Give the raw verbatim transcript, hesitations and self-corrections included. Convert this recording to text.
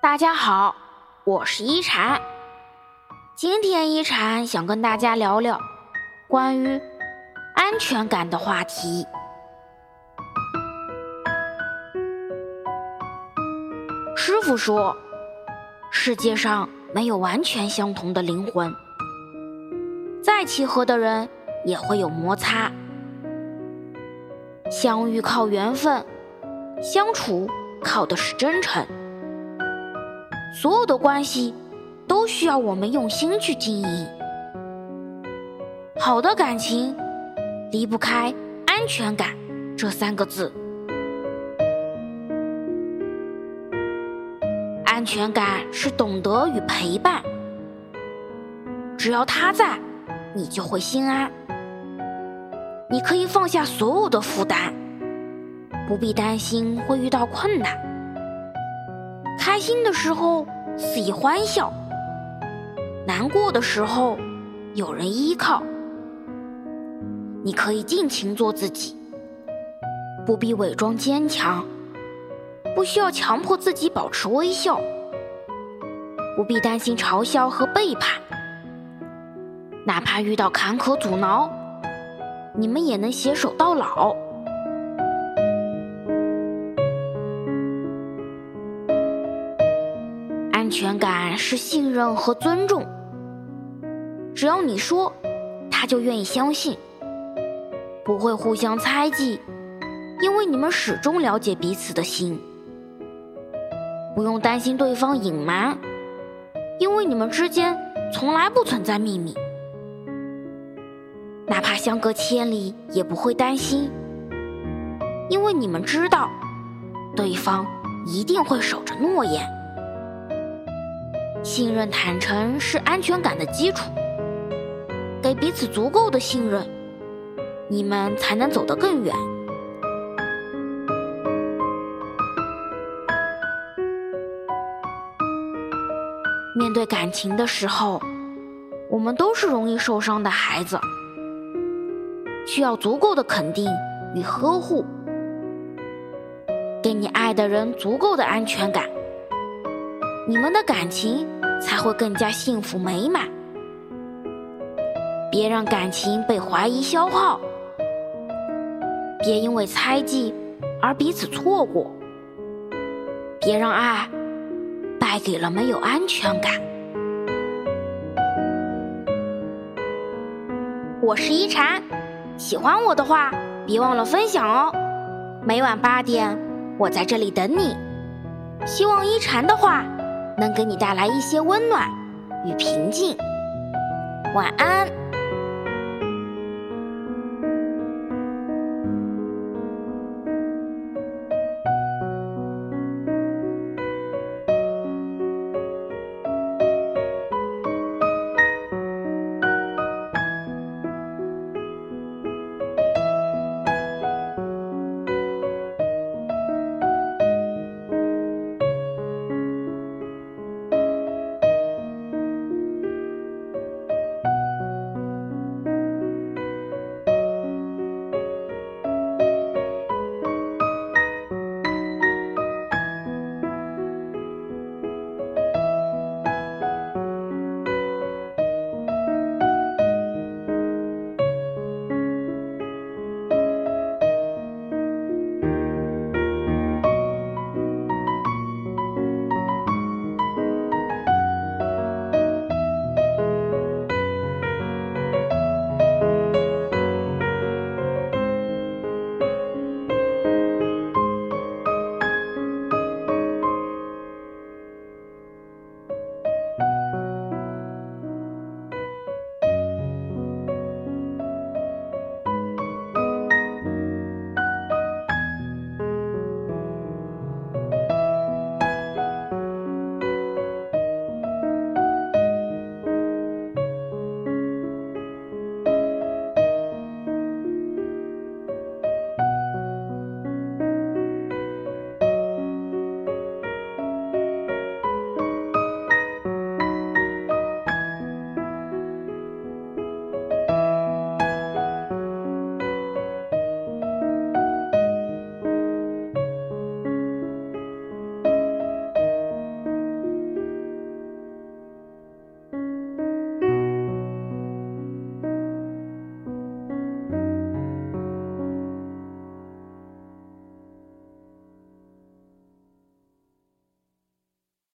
大家好，我是一禅。今天一禅想跟大家聊聊关于安全感的话题。师父说，世界上没有完全相同的灵魂，再契合的人也会有摩擦。相遇靠缘分，相处靠的是真诚。所有的关系都需要我们用心去经营。好的感情离不开安全感这三个字。安全感是懂得与陪伴，只要他在，你就会心安。你可以放下所有的负担，不必担心会遇到困难。开心的时候肆意欢笑，难过的时候有人依靠。你可以尽情做自己，不必伪装坚强，不需要强迫自己保持微笑，不必担心嘲笑和背叛。哪怕遇到坎坷阻挠，你们也能携手到老。安全感是信任和尊重，只要你说，他就愿意相信，不会互相猜忌，因为你们始终了解彼此的心。不用担心对方隐瞒，因为你们之间从来不存在秘密。哪怕相隔千里也不会担心，因为你们知道，对方一定会守着诺言。信任坦诚是安全感的基础，给彼此足够的信任，你们才能走得更远。面对感情的时候，我们都是容易受伤的孩子，需要足够的肯定与呵护，给你爱的人足够的安全感，你们的感情才会更加幸福美满。别让感情被怀疑消耗，别因为猜忌而彼此错过，别让爱败给了没有安全感。我是一禅，喜欢我的话别忘了分享哦。每晚八点我在这里等你，希望一禅的话能给你带来一些温暖与平静。晚安。